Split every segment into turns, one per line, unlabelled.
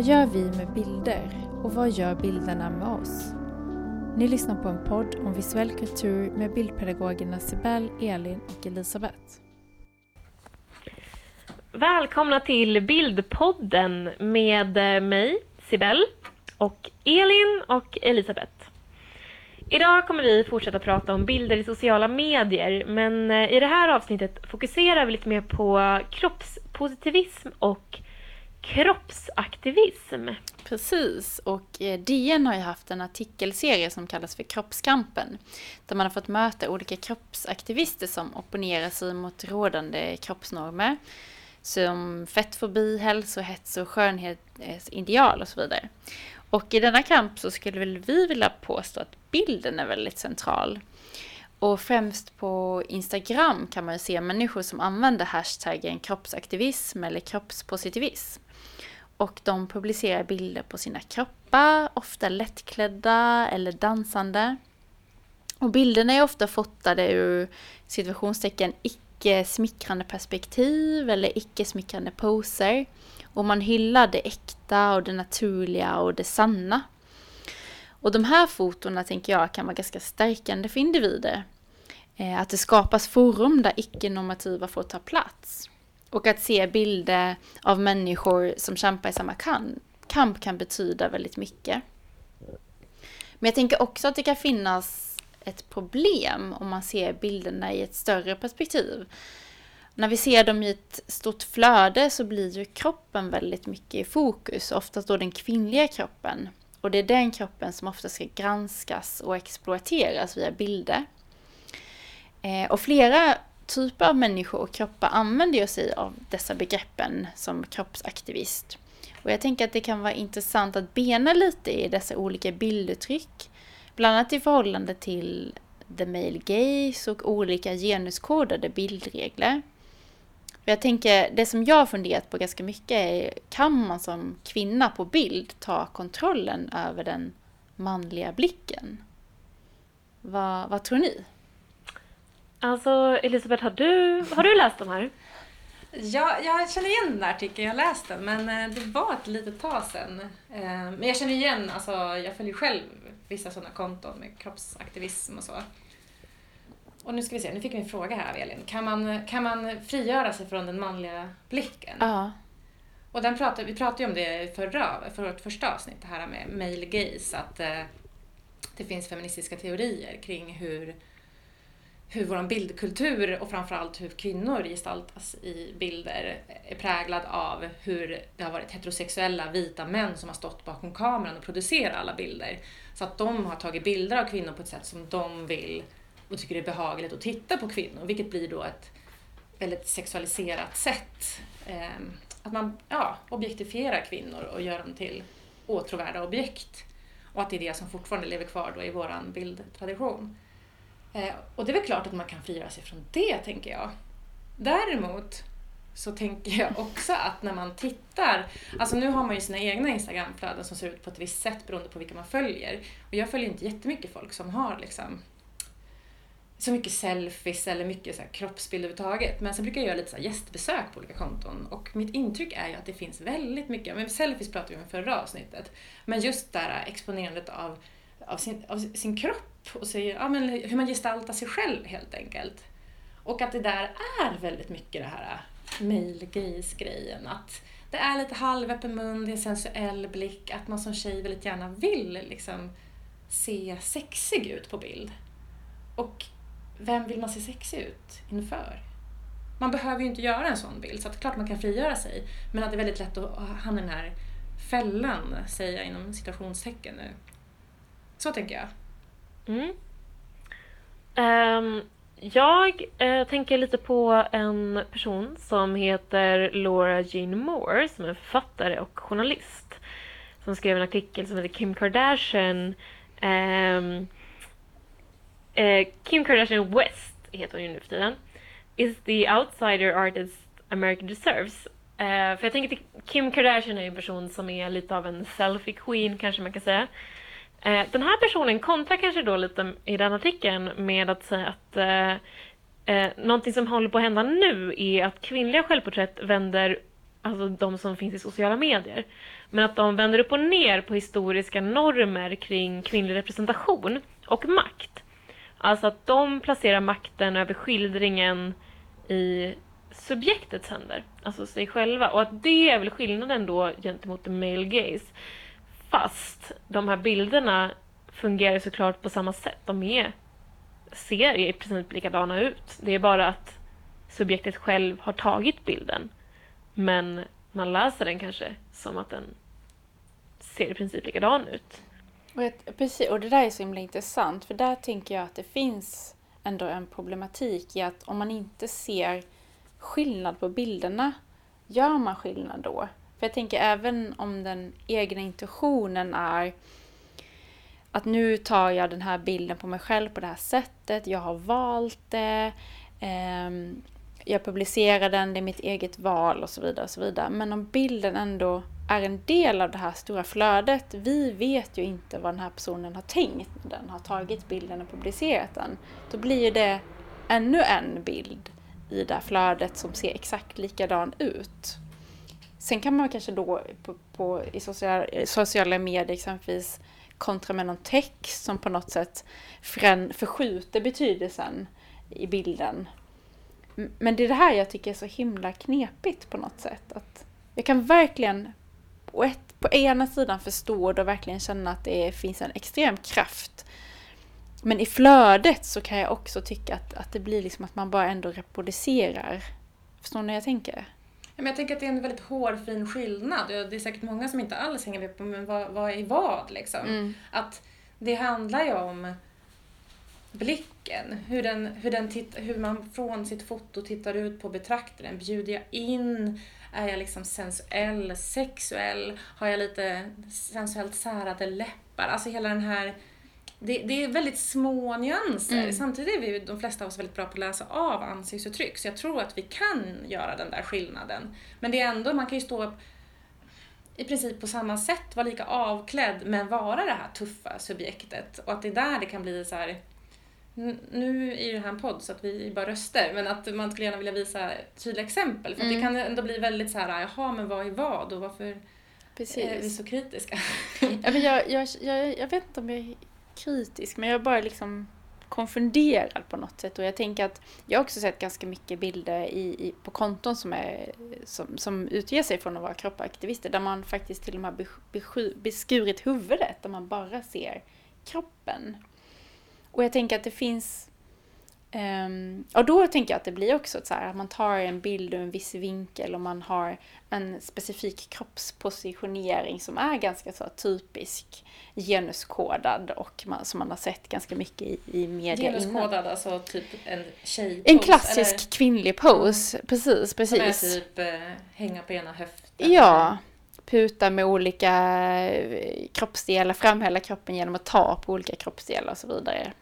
Vad gör vi med bilder och vad gör bilderna med oss? Ni lyssnar på en podd om visuell kultur med bildpedagogerna Sibel, Elin och Elisabeth.
Välkomna till Bildpodden med mig, Sibel, och Elin och Elisabeth. Idag kommer vi fortsätta prata om bilder i sociala medier, men i det här avsnittet fokuserar vi lite mer på kroppspositivism och kroppsaktivism.
Precis, och DN har ju haft en artikelserie som kallas för Kroppskampen, där man har fått möta olika kroppsaktivister som opponerar sig mot rådande kroppsnormer, som fettfobi, hälsohets och skönhetsideal och så vidare. Och i denna kamp så skulle väl vi vilja påstå att bilden är väldigt central. Och främst på Instagram kan man ju se människor som använder hashtaggen kroppsaktivism eller kroppspositivism. Och de publicerar bilder på sina kroppar, ofta lättklädda eller dansande. Och bilderna är ofta fotade ur situationstecken icke-smickrande perspektiv eller icke-smickrande poser. Och man hyllar det äkta och det naturliga och det sanna. Och de här fotorna tänker jag kan vara ganska stärkande för individer. Att det skapas forum där icke-normativa får ta plats. Och att se bilder av människor som kämpar i samma kamp kan betyda väldigt mycket. Men jag tänker också att det kan finnas ett problem om man ser bilderna i ett större perspektiv. När vi ser dem i ett stort flöde så blir ju kroppen väldigt mycket i fokus, oftast då den kvinnliga kroppen. Och det är den kroppen som ofta ska granskas och exploateras via bilder. Och flera typer av människor och kroppar använder sig av dessa begreppen som kroppsaktivist. Och jag tänker att det kan vara intressant att bena lite i dessa olika bilduttryck, bland annat i förhållande till the male gaze och olika genuskodade bildregler. Jag tänker, det som jag har funderat på ganska mycket är, kan man som kvinna på bild ta kontrollen över den manliga blicken? Vad tror ni?
Alltså Elisabeth, har du läst de här?
Ja, jag känner igen den där artikeln, jag läste den, men det var ett litet tag sedan. Men jag känner igen, alltså jag följer själv vissa sådana konton med kroppsaktivism och så. Och nu ska vi se, nu fick vi en fråga här av Elin. Kan man frigöra sig från den manliga blicken?
Ja.
Och vi pratade ju om det för vårt första avsnitt, det här med male gaze, att det finns feministiska teorier kring hur vår bildkultur och framförallt hur kvinnor gestaltas i bilder är präglad av hur det har varit heterosexuella vita män som har stått bakom kameran och producerat alla bilder. Så att de har tagit bilder av kvinnor på ett sätt som de vill och tycker det är behagligt att titta på kvinnor, vilket blir då ett väldigt sexualiserat sätt. Att man objektifierar kvinnor och gör dem till åtråvärda objekt. Och att det är det som fortfarande lever kvar då i våran bildtradition. Och det är väl klart att man kan frigöra sig från det, tänker jag. Däremot så tänker jag också att när man tittar, alltså nu har man ju sina egna Instagramflöden som ser ut på ett visst sätt beroende på vilka man följer. Och jag följer inte jättemycket folk som har liksom så mycket selfies eller mycket så här kroppsbild överhuvudtaget. Men så brukar jag göra lite så här gästbesök på olika konton. Och mitt intryck är ju att det finns väldigt mycket, men selfies pratade vi om i förra avsnittet. Men just det här exponerandet av sin kropp och hur man gestaltar sig själv helt enkelt. Och att det där är väldigt mycket det här male gaze-grejen. Att det är lite halvöppen mun, det är en sensuell blick. Att man som tjej väldigt gärna vill liksom se sexig ut på bild. Och vem vill man se sexig ut inför? Man behöver ju inte göra en sån bild, så att klart man kan frigöra sig. Men att det är väldigt lätt att hamna i den här fällan, säger jag inom citationstecken nu. Så tänker jag.
Jag tänker lite på en person som heter Laura Jean Moore, som är författare och journalist, som skrev en artikel som heter Kim Kardashian West heter hon ju nu för tiden. Is the outsider artist America deserves? För jag tänker att Kim Kardashian är en person som är lite av en selfie queen, kanske man kan säga. Den här personen kontrar kanske då lite i den artikeln med att säga att någonting som håller på att hända nu är att kvinnliga självporträtt vänder alltså de som finns i sociala medier. Men att de vänder upp och ner på historiska normer kring kvinnlig representation och makt. Alltså att de placerar makten över skildringen i subjektets händer, alltså sig själva. Och att det är väl skillnaden då gentemot the male gaze. Fast de här bilderna fungerar såklart på samma sätt. Ser i princip likadana ut. Det är bara att subjektet själv har tagit bilden. Men man läser den kanske som att den ser i princip likadan ut.
Precis, och det där är så himla intressant. För där tänker jag att det finns ändå en problematik i att om man inte ser skillnad på bilderna, gör man skillnad då? För jag tänker även om den egna intuitionen är att nu tar jag den här bilden på mig själv på det här sättet, jag har valt det, jag publicerar den, det är mitt eget val och så vidare och så vidare. Men om bilden ändå är en del av det här stora flödet, vi vet ju inte vad den här personen har tänkt när den har tagit bilden och publicerat den. Då blir det ännu en bild i det här flödet som ser exakt likadan ut. Sen kan man kanske då i sociala medier exempelvis kontra med någon text som på något sätt förskjuter betydelsen i bilden. Men det är det här jag tycker är så himla knepigt på något sätt. Att jag kan verkligen på ena sidan förstå och verkligen känna att det finns en extrem kraft. Men i flödet så kan jag också tycka att det blir liksom att man bara ändå reproducerar. Förstår ni vad jag tänker?
Men jag tänker att det är en väldigt hårfin skillnad. Det är säkert många som inte alls hänger med på men vad är vad liksom. Att det handlar ju om blicken. Hur man från sitt foto tittar ut på betraktaren. Bjuder jag in? Är jag liksom sensuell, sexuell? Har jag lite sensuellt särade läppar? Alltså hela den här... Det är väldigt små nyanser. Samtidigt är de flesta av oss väldigt bra på att läsa av ansiktsuttryck. Så jag tror att vi kan göra den där skillnaden. Men det är ändå, man kan ju stå i princip på samma sätt, vara lika avklädd men vara det här tuffa subjektet. Och att det är där det kan bli så här... Nu är det här en podd så att vi bara röster. Men att man skulle gärna vilja visa tydliga exempel. För att det kan ändå bli väldigt så här, jaha men vad är vad och varför är vi så kritiska?
Ja, men jag vet inte om jag är kritisk, men jag är bara liksom konfunderad på något sätt. Och jag tänker att jag har också sett ganska mycket bilder på konton som utger sig från att vara kroppaktivister. Där man faktiskt till och med beskurit huvudet. Där man bara ser kroppen. Och jag tänker att det finns... och då tänker jag att det blir också så här, att man tar en bild ur en viss vinkel och man har en specifik kroppspositionering som är ganska så typisk genuskodad och som man har sett ganska mycket i media
genuskodad, innan. Alltså typ en tjejpose?
En klassisk eller? Kvinnlig pose, precis.
Som är typ hänga på ena höften?
Ja, puta med olika kroppsdelar, framhälla kroppen genom att ta på olika kroppsdelar och så vidare.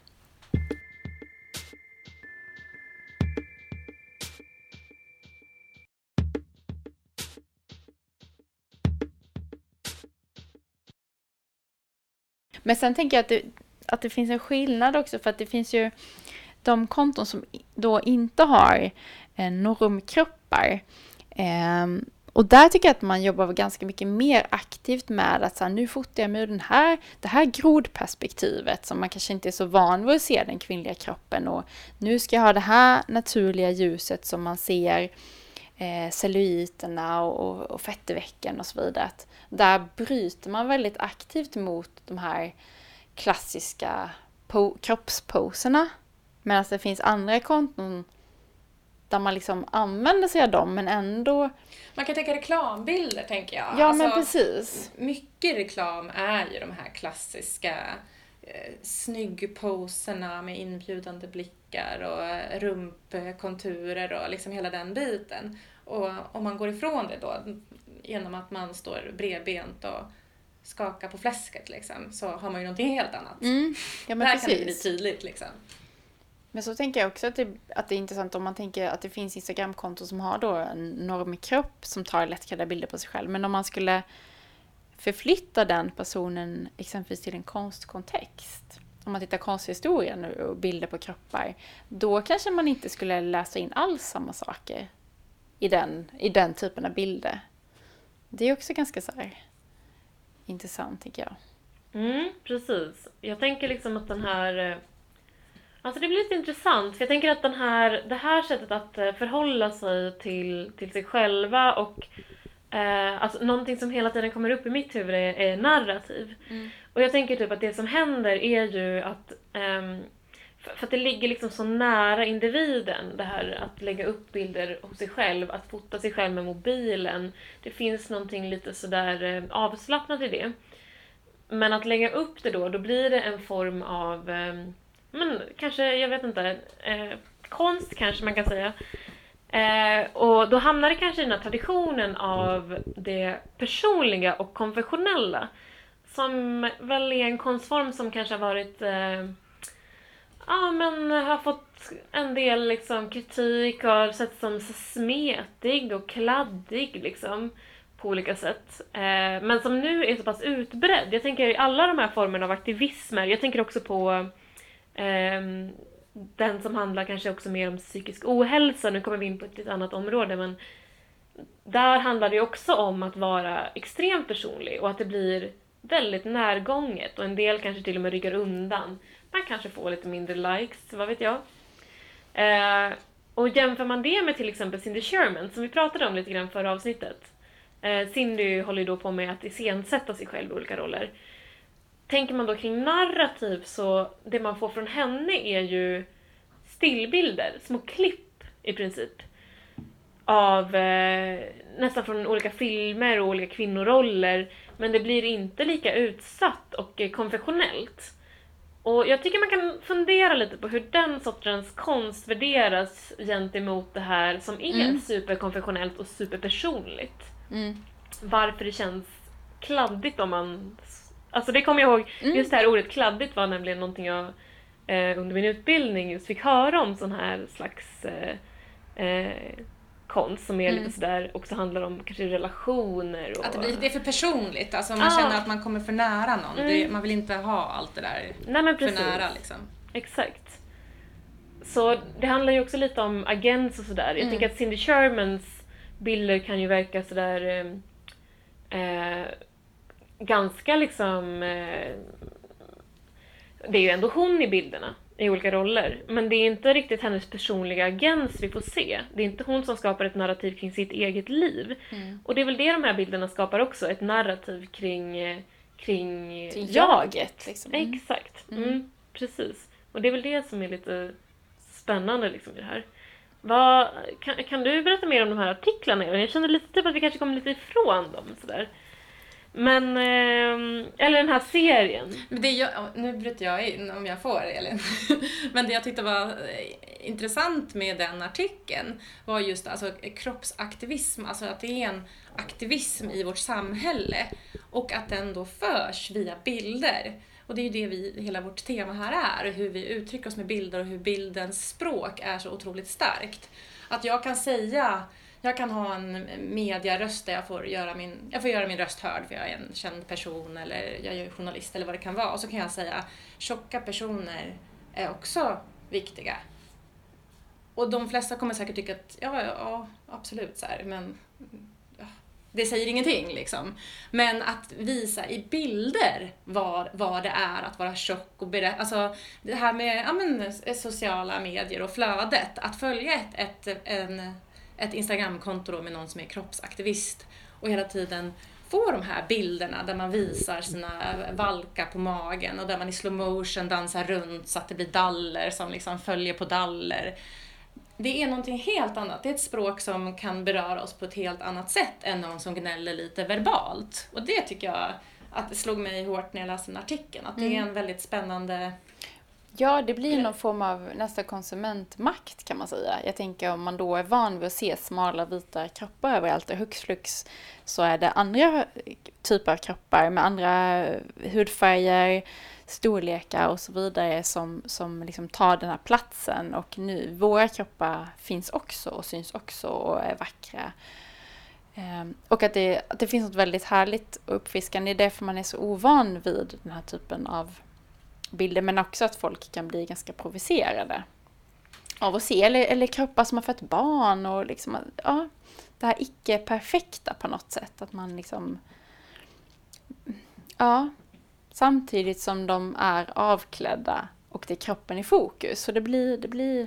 Men sen tänker jag att det finns en skillnad också, för att det finns ju de konton som då inte har normkroppar. Och där tycker jag att man jobbar ganska mycket mer aktivt med att så här, nu fotar jag med det här grodperspektivet som man kanske inte är så van vid att se den kvinnliga kroppen. Och nu ska jag ha det här naturliga ljuset som man ser celluliterna och fettvecken och så vidare. Att där bryter man väldigt aktivt mot de här klassiska kroppsposerna. Medan det finns andra konton där man liksom använder sig av dem men ändå...
Man kan tänka reklambilder, tänker jag.
Ja, alltså, men precis.
Mycket reklam är ju de här klassiska snyggposerna med inbjudande blickar och rumpkonturer och liksom hela den biten. Och om man går ifrån det då genom att man står bredbent och skakar på fläsket liksom, så har man ju någonting helt annat.
Ja, men
där
precis.
kan det bli tydligt liksom.
Men så tänker jag också att det är intressant om man tänker att det finns Instagramkonton som har då en normkropp som tar lättklädda bilder på sig själv. Men om man skulle förflytta den personen exempelvis till en konstkontext, om man tittar konsthistorien och bilder på kroppar, då kanske man inte skulle läsa in alls samma saker i den typen av bilder. Det är också ganska så här intressant, tycker jag.
Precis. Jag tänker liksom att den här... Alltså det blir lite intressant, för jag tänker att det här sättet att förhålla sig till sig själva och alltså någonting som hela tiden kommer upp i mitt huvud är narrativ. Och jag tänker typ att det som händer är ju att för att det ligger liksom så nära individen, det här att lägga upp bilder hos sig själv, att fota sig själv med mobilen. Det finns någonting lite sådär avslappnat i det. Men att lägga upp det då blir det en form av, men kanske, jag vet inte, konst kanske man kan säga. Och då hamnar det kanske i den här traditionen av det personliga och konfessionella. Som väl är en konstform som kanske har varit, men har fått en del liksom kritik och har sett som så smetig och kladdig liksom. På olika sätt. Men som nu är så pass utbredd. Jag tänker i alla de här formerna av aktivismer. Jag tänker också på den som handlar kanske också mer om psykisk ohälsa. Nu kommer vi in på ett lite annat område. Men där handlar det också om att vara extremt personlig. Och att det blir väldigt närgånget. Och en del kanske till och med ryggar undan. Man kanske får lite mindre likes, vad vet jag. Och jämför man det med till exempel Cindy Sherman, som vi pratade om lite grann förra avsnittet. Cindy håller ju då på med att iscensätta sig själv i olika roller. Tänker man då kring narrativ, så det man får från henne är ju stillbilder, små klipp i princip. Av nästan från olika filmer och olika kvinnoroller. Men det blir inte lika utsatt och konfessionellt. Och jag tycker man kan fundera lite på hur den sortens konst värderas gentemot det här som är superkonfessionellt och superpersonligt. Varför det känns kladdigt om man... Alltså det kommer jag ihåg, just det här ordet kladdigt var nämligen någonting jag under min utbildning just fick höra om, sån här slags konst som är lite sådär, också handlar om kanske relationer. Och... Att
det är för personligt, alltså man känner att man kommer för nära någon. Man vill inte ha allt det där för nära liksom.
Exakt. Så det handlar ju också lite om agens och sådär. Jag tänker att Cindy Shermans bilder kan ju verka sådär ganska liksom det är ju ändå hon i bilderna i olika roller, men det är inte riktigt hennes personliga agens vi får se. Det är inte hon som skapar ett narrativ kring sitt eget liv. Och det är väl det de här bilderna skapar också, ett narrativ kring
jaget liksom.
Exakt. Precis. Och det är väl det som är lite spännande liksom i det här. Kan du berätta mer om de här artiklarna? Jag känner lite typ att vi kanske kommer lite ifrån dem sådär. Men, eller den här serien.
Nu bryter jag in om jag får, Elin. Men det jag tyckte var intressant med den artikeln var just alltså kroppsaktivism. Alltså att det är en aktivism i vårt samhälle. Och att den då förs via bilder. Och det är ju det hela vårt tema här är. Hur vi uttrycker oss med bilder och hur bildens språk är så otroligt starkt. Att jag kan ha en mediaröst där jag får göra min röst hörd för jag är en känd person eller jag är journalist eller vad det kan vara. Och så kan jag säga, tjocka personer är också viktiga. Och de flesta kommer säkert tycka att ja absolut så här, men det säger ingenting liksom. Men att visa i bilder vad det är att vara tjock och berätta, alltså det här med sociala medier och flödet, att följa ett Instagramkonto då med någon som är kroppsaktivist och hela tiden få de här bilderna där man visar sina valkar på magen och där man i slow motion dansar runt så att det blir daller som liksom följer på daller. Det är någonting helt annat. Det är ett språk som kan beröra oss på ett helt annat sätt än någon som gnäller lite verbalt. Och det tycker jag att det slog mig hårt när jag läste den artikeln. Att det är en väldigt spännande...
Ja, det blir någon form av nästa konsumentmakt kan man säga. Jag tänker om man då är van vid att se smala vita kroppar överallt och hux flux så är det andra typer av kroppar med andra hudfärger, storlekar och så vidare som liksom tar den här platsen. Och nu, våra kroppar finns också och syns också och är vackra. Och att det finns något väldigt härligt och uppfriskande. Det är därför man är så ovan vid den här typen av bilder, men också att folk kan bli ganska provocerade. av att se. Eller kroppar som har fött barn och liksom, ja, det här icke-perfekta på något sätt. Att man liksom, ja, samtidigt som de är avklädda och det är kroppen i fokus. Så det är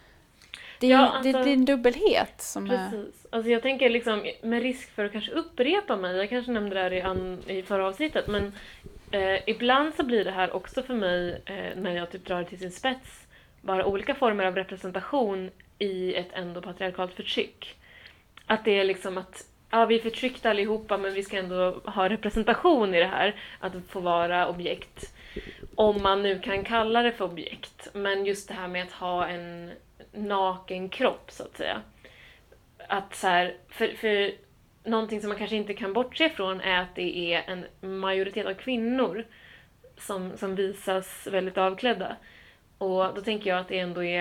en dubbelhet som
precis. Alltså jag tänker liksom, med risk för att kanske upprepa mig, jag kanske nämnde det här i förra avsnittet, men ibland så blir det här också för mig, när jag typ drar det till sin spets, bara olika former av representation i ett ändå patriarkalt förtryck. Att det är liksom att, ja, vi är förtryckta allihopa, men vi ska ändå ha representation i det här, att få vara objekt. Om man nu kan kalla det för objekt, men just det här med att ha en naken kropp, så att säga. Att så här, för någonting som man kanske inte kan bortse ifrån är att det är en majoritet av kvinnor som visas väldigt avklädda. Och då tänker jag att det ändå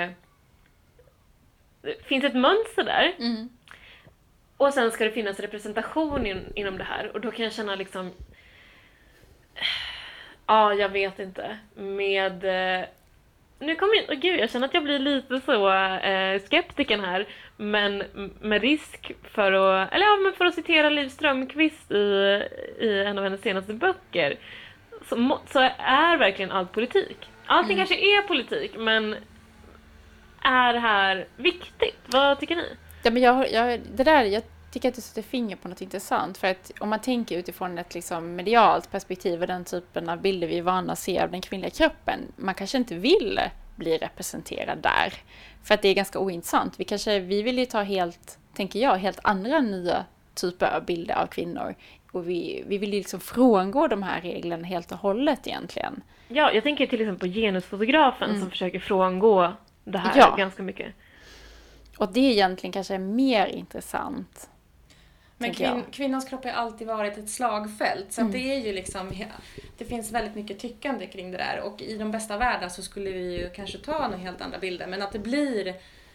det finns ett mönster där.
Mm.
Och sen ska det finnas representation inom det här. Och då kan jag känna liksom, ja, jag vet inte. Nu kommer jag känner att jag blir lite så skeptiken här, men med risk för att citera Liv Strömquist i en av hennes senaste böcker, så är verkligen allt politik. Allting kanske är politik, men är det här viktigt? Vad tycker ni?
Ja, men jag tycker att du sätter finger på något intressant. För att om man tänker utifrån ett liksom medialt perspektiv och den typen av bilder vi är vana att se av den kvinnliga kroppen, man kanske inte vill bli representerad där. För att det är ganska ointressant. Vi vill ju ta helt andra nya typer av bilder av kvinnor. Och vi vill ju liksom frångå de här reglerna helt och hållet egentligen.
Ja, jag tänker till exempel på genusfotografen som försöker frångå det här ganska mycket. Och
det är egentligen kanske mer intressant.
Men kvinnans kropp har alltid varit ett slagfält. Så att det är ju liksom, det finns väldigt mycket tyckande kring det där. Och i de bästa världar så skulle vi ju kanske ta några helt andra bilder. Men att det blir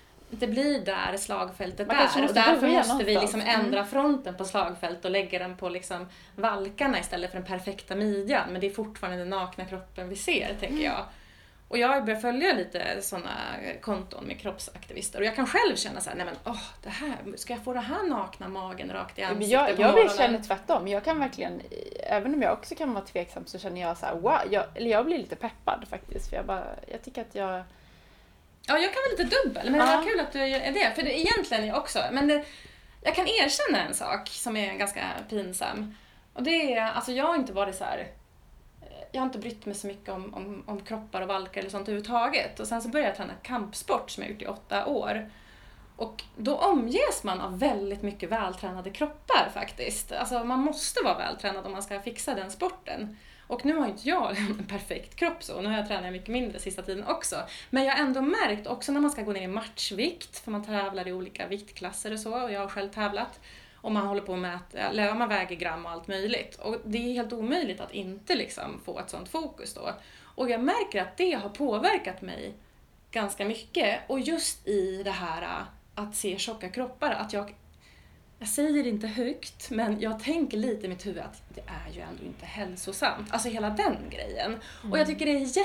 där slagfältet där. Och därför måste vi liksom ändra fronten på slagfält och lägga den på liksom valkarna istället för den perfekta midjan. Men det är fortfarande den nakna kroppen vi ser, tänker jag. Och jag börjar följa lite sådana konton med kroppsaktivister. Och jag kan själv känna så här, nej men det här, ska jag få den här nakna magen rakt i ansiktet
jag vill känna tvärtom. Jag kan verkligen, även om jag också kan vara tveksam, så känner jag så här, wow, jag blir lite peppad faktiskt. För jag tycker att jag...
Ja, jag kan vara lite dubbel, men det var kul att du är det. För det egentligen är också, men jag kan erkänna en sak som är ganska pinsam. Och det är, alltså jag har inte varit så här... Jag har inte brytt mig så mycket om kroppar och valkar eller sånt överhuvudtaget. Och sen så började jag träna kampsport som jag gjort i 8 år. Och då omges man av väldigt mycket vältränade kroppar faktiskt. Alltså man måste vara vältränad om man ska fixa den sporten. Och nu har inte jag en perfekt kropp så. Nu har jag tränat mycket mindre sista tiden också. Men jag har ändå märkt också när man ska gå ner i matchvikt. För man tävlar i olika viktklasser och så. Och jag har själv tävlat. Och man håller på med att man väger gram och allt möjligt. Och det är helt omöjligt att inte liksom få ett sånt fokus då. Och jag märker att det har påverkat mig ganska mycket. Och just i det här att se tjocka kroppar. Att jag säger det inte högt, men jag tänker lite i mitt huvud att det är ju ändå inte hälsosamt. Alltså hela den grejen. Och jag tycker det är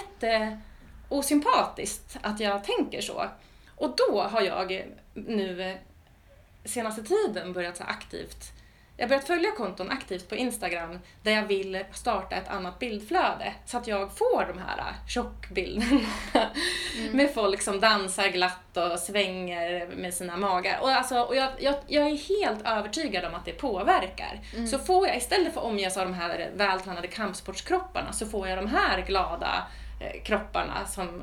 jätteosympatiskt att jag tänker så. Och då har jag nu... senaste tiden börjat så aktivt. Jag har börjat följa konton aktivt på Instagram där jag vill starta ett annat bildflöde så att jag får de här tjockbilderna med folk som dansar glatt och svänger med sina magar. Och jag är helt övertygad om att det påverkar. Så får jag istället för att omges av de här vältränade kampsportskropparna så får jag de här glada kropparna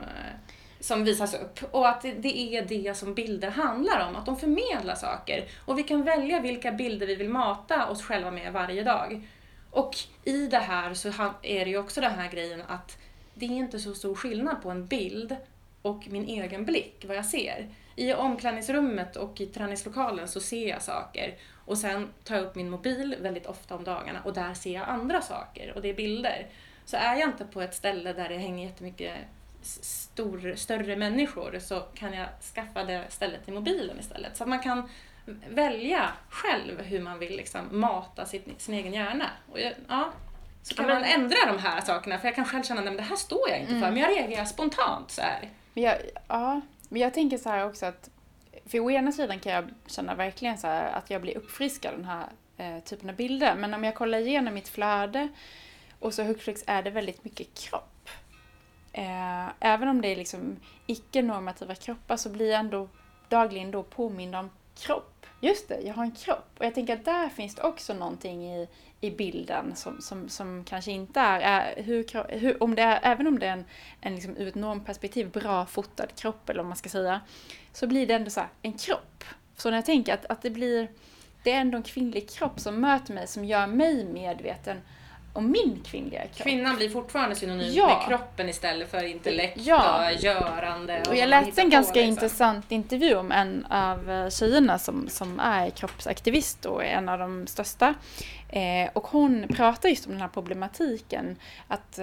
som visas upp. Och att det är det som bilder handlar om. Att de förmedlar saker. Och vi kan välja vilka bilder vi vill mata oss själva med varje dag. Och i det här så är det ju också den här grejen att det är inte så stor skillnad på en bild och min egen blick, vad jag ser. I omklädningsrummet och i träningslokalen så ser jag saker. Och sen tar jag upp min mobil väldigt ofta om dagarna. Och där ser jag andra saker. Och det är bilder. Så är jag inte på ett ställe där det hänger jättemycket större människor så kan jag skaffa det stället i mobilen istället. Så att man kan välja själv hur man vill liksom mata sin egen hjärna. Och så kan man ändra de här sakerna. För jag kan själv känna att det här står jag inte för. Men jag reagerar spontant så här.
Men jag tänker så här också att, för å ena sidan kan jag känna verkligen så här att jag blir uppfriskad av den här typen av bilder. Men om jag kollar igenom mitt flöde och så hux är det väldigt mycket kropp. Även om det är liksom icke-normativa kroppar så blir jag ändå dagligen då påmind om kropp. Just det, jag har en kropp. Och jag tänker att där finns det också någonting i bilden som kanske inte är även om det är en liksom ur ett normperspektiv bra fotad kropp, eller om man ska säga, så blir det ändå så här, en kropp. Så när jag tänker att det är ändå en kvinnlig kropp som möter mig, som gör mig medveten om min kvinnliga kropp.
Kvinnan blir fortfarande synonym med kroppen istället för intellekt och görande.
Och jag läste en ganska intressant intervju om en av tjejerna som är kroppsaktivist och är en av de största. Och hon pratar just om den här problematiken att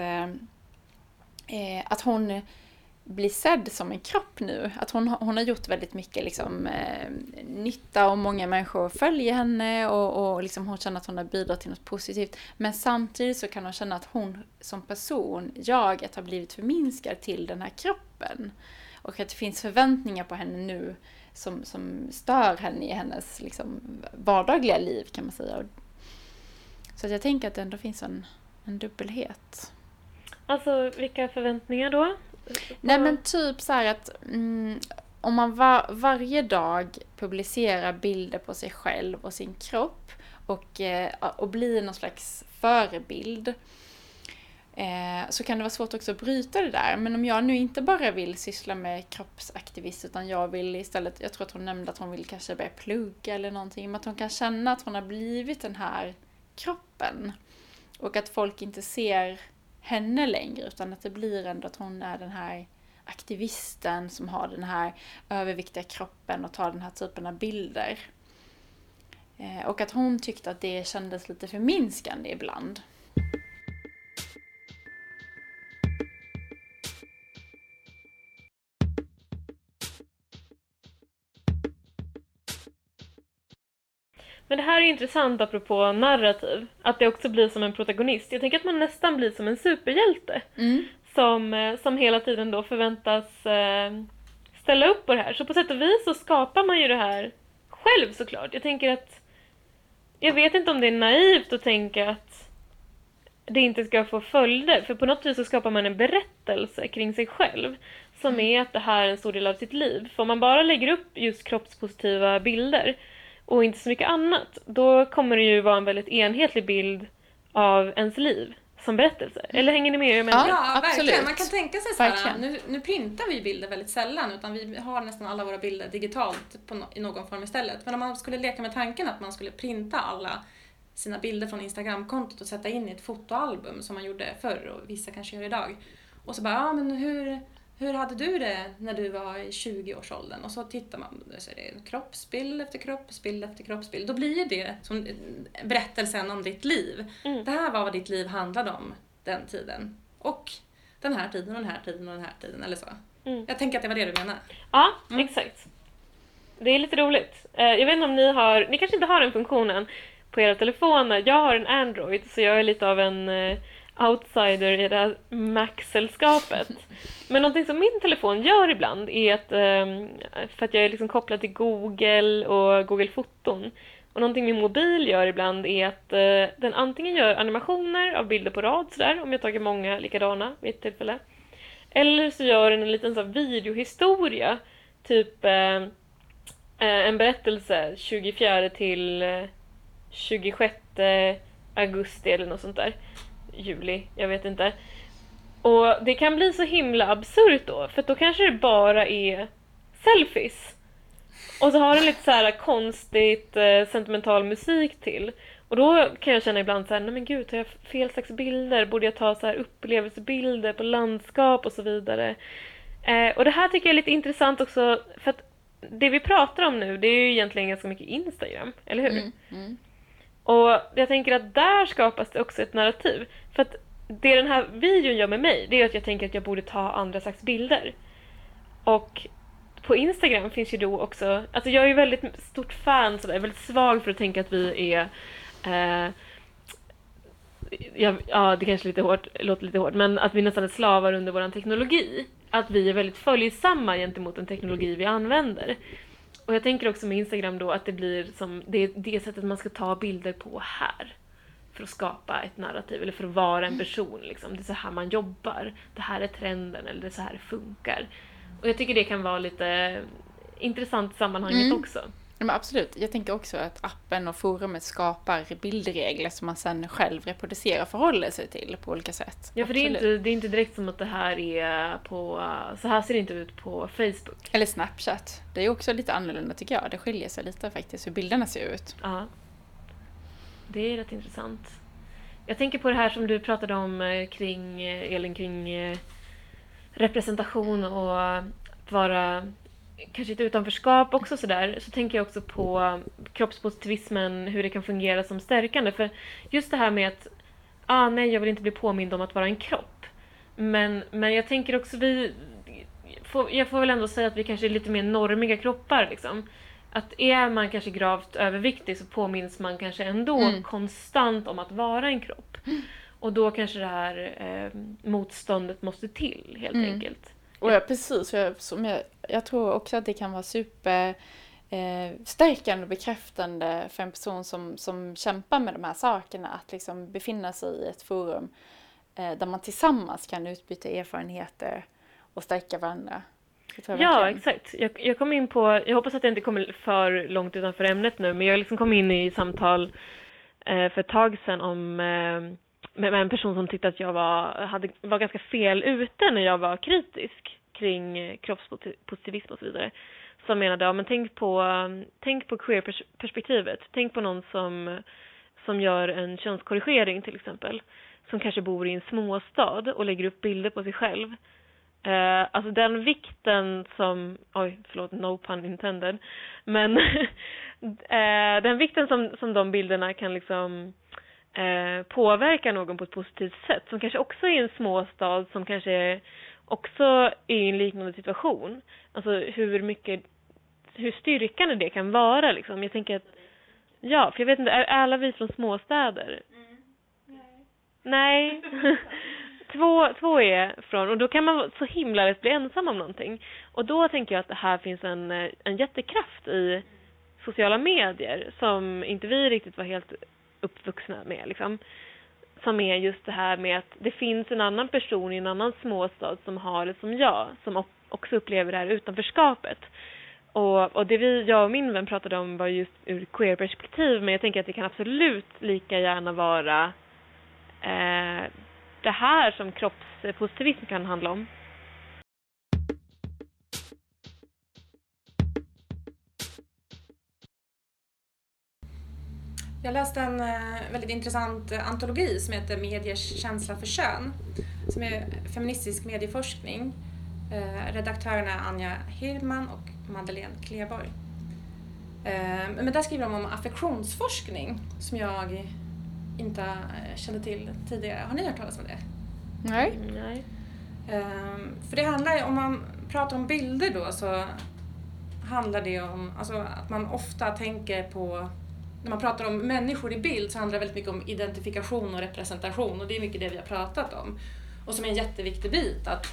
hon blir sedd som en kropp nu. Att hon har gjort väldigt mycket liksom, nytta och många människor följer henne och liksom hon känner att hon har bidragit till något positivt. Men samtidigt så kan hon känna att hon som person, jaget, har blivit förminskad till den här kroppen. Och att det finns förväntningar på henne nu som stör henne i hennes liksom, vardagliga liv, kan man säga. Så att jag tänker att det ändå finns en dubbelhet.
Alltså, vilka förväntningar då?
Nej, men typ så här att om man varje dag publicerar bilder på sig själv och sin kropp och blir någon slags förebild, så kan det vara svårt också att bryta det där. Men om jag nu inte bara vill syssla med kroppsaktivist, utan jag vill istället, jag tror att hon nämnde att hon vill kanske börja plugga eller någonting, men att hon kan känna att hon har blivit den här kroppen och att folk inte ser henne längre, utan att det blir ändå att hon är den här aktivisten som har den här överviktiga kroppen och tar den här typen av bilder. Och att hon tyckte att det kändes lite förminskande ibland.
Men det här är intressant apropå narrativ. Att det också blir som en protagonist. Jag tänker att man nästan blir som en superhjälte. Som hela tiden då förväntas ställa upp på det här. Så på sätt och vis så skapar man ju det här själv, såklart. Jag tänker att jag vet inte om det är naivt att tänka att det inte ska få följder. För på något vis så skapar man en berättelse kring sig själv. Som är att det här är en stor del av sitt liv. För om man bara lägger upp just kroppspositiva bilder och inte så mycket annat, då kommer det ju vara en väldigt enhetlig bild av ens liv som berättelse. Eller hänger ni med?
Ja, verkligen. Man kan tänka sig så här, nu printar vi bilder väldigt sällan, utan vi har nästan alla våra bilder digitalt i någon form istället. Men om man skulle leka med tanken att man skulle printa alla sina bilder från Instagram-kontot och sätta in i ett fotoalbum som man gjorde förr och vissa kanske gör idag. Och så bara, men hur hade du det när du var i 20-årsåldern? Och så tittar man, så är det kroppsbild efter kroppsbild efter kroppsbild. Då blir det som berättelsen om ditt liv. Det här var vad ditt liv handlade om den tiden. Och den här tiden och den här tiden och den här tiden, eller så. Jag tänker att det var det du menar.
Ja, exakt. Det är lite roligt. Jag vet inte om ni kanske inte har den funktionen på era telefoner. Jag har en Android, så jag är lite av en outsider i det här Mac-sällskapet. Men någonting som min telefon gör ibland är att, för att jag är liksom kopplad till Google och Google Foton, och någonting min mobil gör ibland är att den antingen gör animationer av bilder på rad sådär, om jag tagit många likadana vid ett tillfälle, eller så gör den en liten så här videohistoria, typ en berättelse 24 till 26 augusti eller något sånt där, juli, jag vet inte. Och det kan bli så himla absurt då, för då kanske det bara är selfies. Och så har den lite så här konstigt sentimental musik till. Och då kan jag känna ibland så här, nej men gud, tar jag fel slags bilder? Borde jag ta så här upplevelsebilder på landskap och så vidare? Och det här tycker jag är lite intressant också, för att det vi pratar om nu, det är ju egentligen ganska mycket Instagram, eller hur? Och jag tänker att där skapas det också ett narrativ. För att det den här videon gör med mig, det är att jag tänker att jag borde ta andra slags bilder. Och på Instagram finns ju då också, alltså jag är ju väldigt stort fan, så jag är väldigt svag för att tänka att vi är ja, det kanske låter lite hårt, men att vi nästan är slavar under våran teknologi. att vi är väldigt följsamma gentemot den teknologi vi använder. Och jag tänker också med Instagram då att det blir som det sättet man ska ta bilder på här. För att skapa ett narrativ eller för att vara en person. Liksom. Det är så här man jobbar. Det här är trenden eller det är så här det funkar. Och jag tycker det kan vara lite intressant i sammanhanget också.
Men absolut. Jag tänker också att appen och forumet skapar bildregler som man sen själv reproducerar och förhåller sig till på olika sätt.
Ja, för det är inte direkt som att det här är på... Så här ser det inte ut på Facebook.
Eller Snapchat. Det är också lite annorlunda tycker jag. Det skiljer sig lite faktiskt hur bilderna ser ut.
Ja. Det är rätt intressant. Jag tänker på det här som du pratade om kring representation och att vara kanske ett utanförskap också sådär. Så tänker jag också på kroppspositivismen, hur det kan fungera som stärkande. För just det här med att nej, jag vill inte bli påmind om att vara en kropp. Men jag tänker också jag får väl ändå säga att vi kanske är lite mer normiga kroppar liksom. Att är man kanske gravt överviktig så påminns man kanske ändå konstant om att vara en kropp. Och då kanske det här motståndet måste till helt enkelt.
Och precis. Jag tror också att det kan vara stärkande och bekräftande för en person som kämpar med de här sakerna. Att liksom befinna sig i ett forum där man tillsammans kan utbyta erfarenheter och stärka varandra.
Ja, exakt. Jag kom in på, jag hoppas att jag inte kommer för långt utanför ämnet nu, men jag liksom kom in i samtal för ett tag sedan med en person som tyckte att jag var ganska fel ute när jag var kritisk kring kroppspositivism och så vidare. Som menade, men tänk på queer-perspektivet. Tänk på någon som gör en könskorrigering till exempel. Som kanske bor i en småstad och lägger upp bilder på sig själv. Alltså den vikten som... no pun intended. Men den vikten som de bilderna kan liksom påverka någon på ett positivt sätt. Som kanske också är en småstad, som kanske också är i en liknande situation. Alltså hur styrkande det kan vara liksom. Jag tänker att, för jag vet inte, är alla vi från småstäder? Nej. Två är från, och då kan man så himla lätt bli ensam om någonting. Och då tänker jag att det här finns en jättekraft i sociala medier som inte vi riktigt var helt uppvuxna med liksom. Som är just det här med att det finns en annan person i en annan småstad som har det som jag, som också upplever det här utanförskapet. Och det jag och min vän pratade om var just ur queer-perspektiv, men jag tänker att det kan absolut lika gärna vara det här som kroppspositivism kan handla om.
Jag läste en väldigt intressant antologi som heter Mediers känsla för kön, som är feministisk medieforskning. Redaktörerna Anja Hirdman och Madeleine Kleborg. Men där skriver de om affektionsforskning som jag inte kände till tidigare. Har ni hört talas om det?
Nej.
För det handlar, om man pratar om bilder då, så handlar det om att man ofta tänker på, när man pratar om människor i bild så handlar det väldigt mycket om identifikation och representation, och det är mycket det vi har pratat om. Och som är en jätteviktig bit, att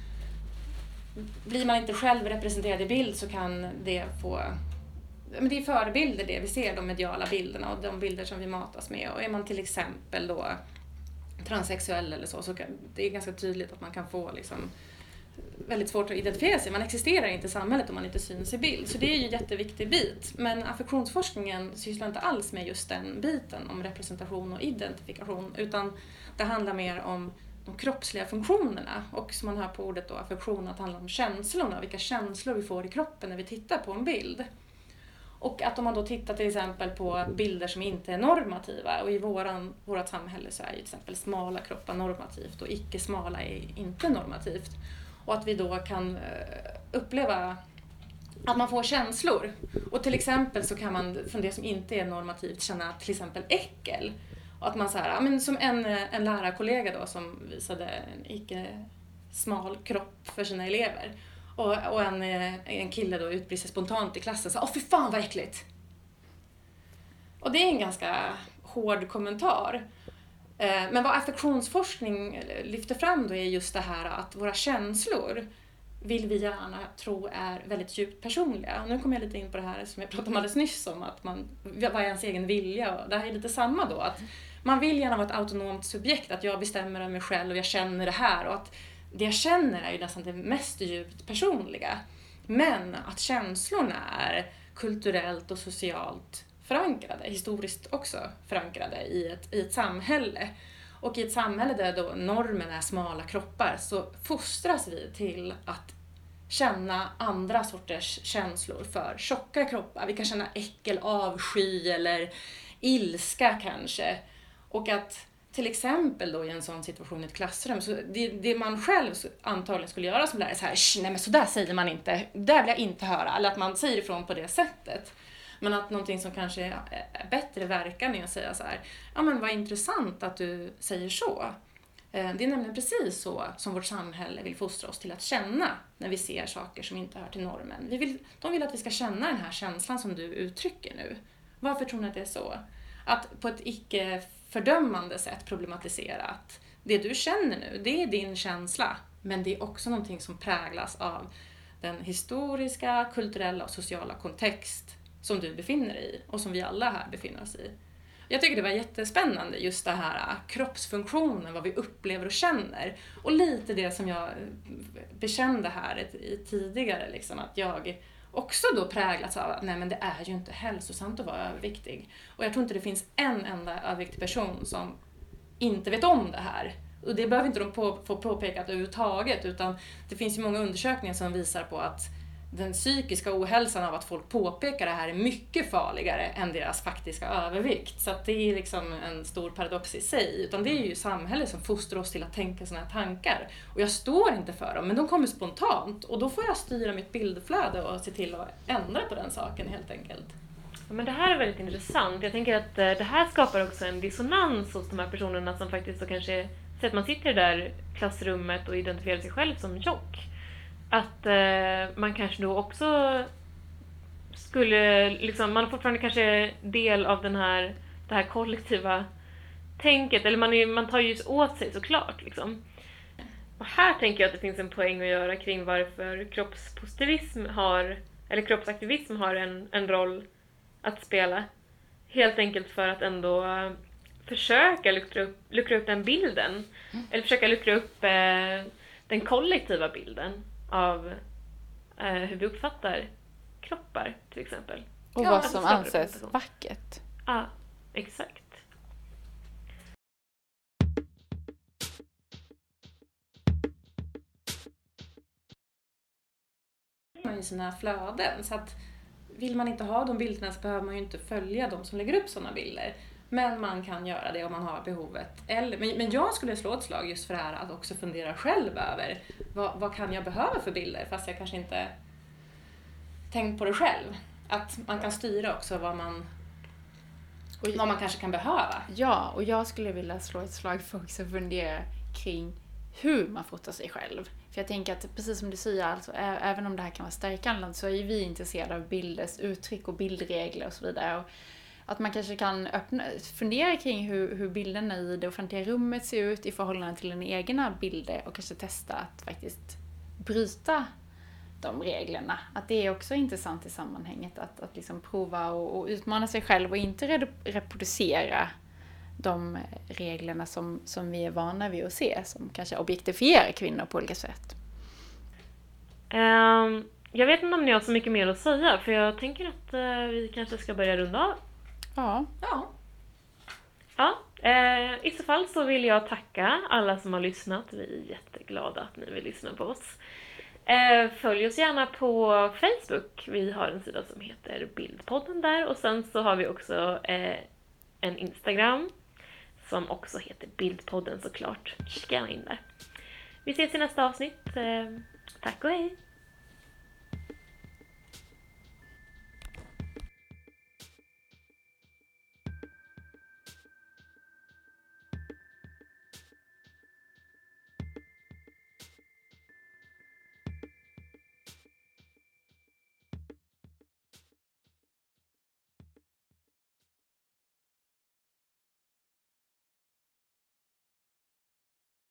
blir man inte själv representerad i bild så kan det få... Men det är förebilder det vi ser, de mediala bilderna och de bilder som vi matas med. Och är man till exempel då transsexuell eller så det är ganska tydligt att man kan få liksom väldigt svårt att identifiera sig. Man existerar inte i samhället om man inte syns i bild. Så det är ju en jätteviktig bit. Men affektionsforskningen sysslar inte alls med just den biten om representation och identifikation, utan det handlar mer om de kroppsliga funktionerna. Och som man hör på ordet då, affektion, att det handlar om känslorna, vilka känslor vi får i kroppen när vi tittar på en bild. Och att om man då tittar till exempel på bilder som inte är normativa, och i vårat samhälle så är ju till exempel smala kroppar normativt och icke-smala är inte normativt. Och att vi då kan uppleva att man får känslor. Och till exempel så kan man från det som inte är normativt känna till exempel äckel. Och att man så här, men som en lärarkollega då som visade en icke-smal kropp för sina elever. Och en kille då utbrister spontant i klassen så, fy fan vad äckligt. Och det är en ganska hård kommentar. Men vad affektionsforskning lyfter fram då är just det här att våra känslor vill vi gärna tro är väldigt djupt personliga. Och nu kommer jag lite in på det här som jag pratade om alldeles nyss om, att vad är ens egen vilja? Och det här är lite samma då, att man vill gärna vara ett autonomt subjekt, att jag bestämmer över mig själv och jag känner det här. Och att det jag känner är ju nästan det mest djupt personliga. Men att känslorna är kulturellt och socialt förankrade, historiskt också förankrade i ett samhälle. Och i ett samhälle där då normen är smala kroppar så fostras vi till att känna andra sorters känslor för tjocka kroppar. Vi kan känna äckel, avsky eller ilska kanske. Och att till exempel då i en sån situation i ett klassrum, så det man själv antagligen skulle göra som lärare så här, nej men så där säger man inte, där vill jag inte höra, eller att man säger ifrån på det sättet. Men att någonting som kanske är bättre verkan är att säga så här, ja men vad intressant att du säger så. Det är nämligen precis så som vårt samhälle vill fostra oss till att känna när vi ser saker som inte hör till normen. De vill att vi ska känna den här känslan som du uttrycker nu. Varför tror ni att det är så? Att på ett icke-fördömande sätt problematisera att det du känner nu, det är din känsla. Men det är också någonting som präglas av den historiska, kulturella och sociala kontext som du befinner dig i och som vi alla här befinner oss i. Jag tycker det var jättespännande just det här kroppsfunktionen, vad vi upplever och känner. Och lite det som jag bekände här tidigare, liksom, att jag också då präglats av att nej men det är ju inte hälsosamt att vara överviktig. Och jag tror inte det finns en enda överviktig person som inte vet om det här. Och det behöver inte de få påpekat överhuvudtaget, utan det finns ju många undersökningar som visar på att den psykiska ohälsan av att folk påpekar det här är mycket farligare än deras faktiska övervikt. Så att det är liksom en stor paradox i sig. Utan det är ju samhället som fostrar oss till att tänka såna här tankar. Och jag står inte för dem, men de kommer spontant. Och då får jag styra mitt bildflöde och se till att ändra på den saken helt enkelt.
Ja, men det här är väldigt intressant. Jag tänker att det här skapar också en dissonans hos de här personerna som faktiskt då kanske, så att man sitter i det där klassrummet och identifierar sig själv som tjock. Att man kanske då också skulle, liksom, man är fortfarande kanske del av det här kollektiva tänket, eller man tar ju åt sig såklart. Liksom. Och här tänker jag att det finns en poäng att göra kring varför kroppspositivism eller kroppsaktivism har en roll att spela. Helt enkelt för att ändå försöka luckra upp den bilden, eller försöka luckra upp den kollektiva bilden av hur vi uppfattar kroppar till exempel.
Och vad som anses vackert.
Ja, exakt.
I sina flöden, så att vill man inte ha de bilderna så behöver man ju inte följa de som lägger upp sådana bilder. Men man kan göra det om man har behovet. Men jag skulle slå ett slag just för det här att också fundera själv över vad kan jag behöva för bilder, fast jag kanske inte tänkt på det själv. Att man kan styra också vad man kanske kan behöva.
Ja, och jag skulle vilja slå ett slag för också fundera kring hur man fotar sig själv. För jag tänker att precis som du säger, alltså, även om det här kan vara stärkande, så är vi intresserade av bilders uttryck och bildregler och så vidare. Och att man kanske kan fundera kring hur bilderna i det offentliga rummet ser ut i förhållande till den egna bilder och kanske testa att faktiskt bryta de reglerna. Att det är också intressant i sammanhanget att liksom prova och utmana sig själv och inte reproducera de reglerna som vi är vana vid att se, som kanske objektifierar kvinnor på olika sätt.
Jag vet inte om ni har så mycket mer att säga, för jag tänker att vi kanske ska börja runda av. Ja, i så fall så vill jag tacka alla som har lyssnat. Vi är jätteglada att ni vill lyssna på oss. Följ oss gärna på Facebook. Vi har en sida som heter Bildpodden där. Och sen så har vi också en Instagram som också heter Bildpodden såklart. Kika gärna in där. Vi ses i nästa avsnitt. Tack och hej!